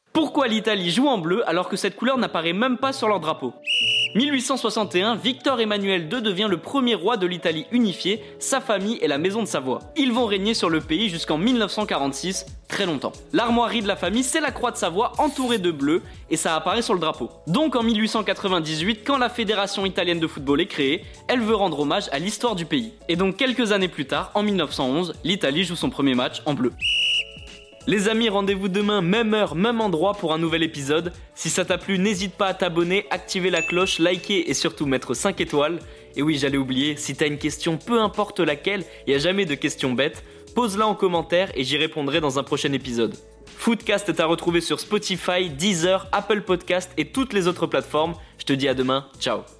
Pourquoi l'Italie joue en bleu alors que cette couleur n'apparaît même pas sur leur drapeau ? 1861, Victor Emmanuel II devient le premier roi de l'Italie unifiée, sa famille et la maison de Savoie. Ils vont régner sur le pays jusqu'en 1946, très longtemps. L'armoirie de la famille, c'est la croix de Savoie entourée de bleu et ça apparaît sur le drapeau. Donc en 1898, quand la Fédération italienne de football est créée, elle veut rendre hommage à l'histoire du pays. Et donc quelques années plus tard, en 1911, l'Italie joue son premier match en bleu. Les amis, rendez-vous demain, même heure, même endroit pour un nouvel épisode. Si ça t'a plu, n'hésite pas à t'abonner, activer la cloche, liker et surtout mettre 5 étoiles. Et oui, j'allais oublier, si t'as une question, peu importe laquelle, y a jamais de questions bêtes, pose-la en commentaire et j'y répondrai dans un prochain épisode. Footcast est à retrouver sur Spotify, Deezer, Apple Podcast et toutes les autres plateformes. Je te dis à demain, ciao.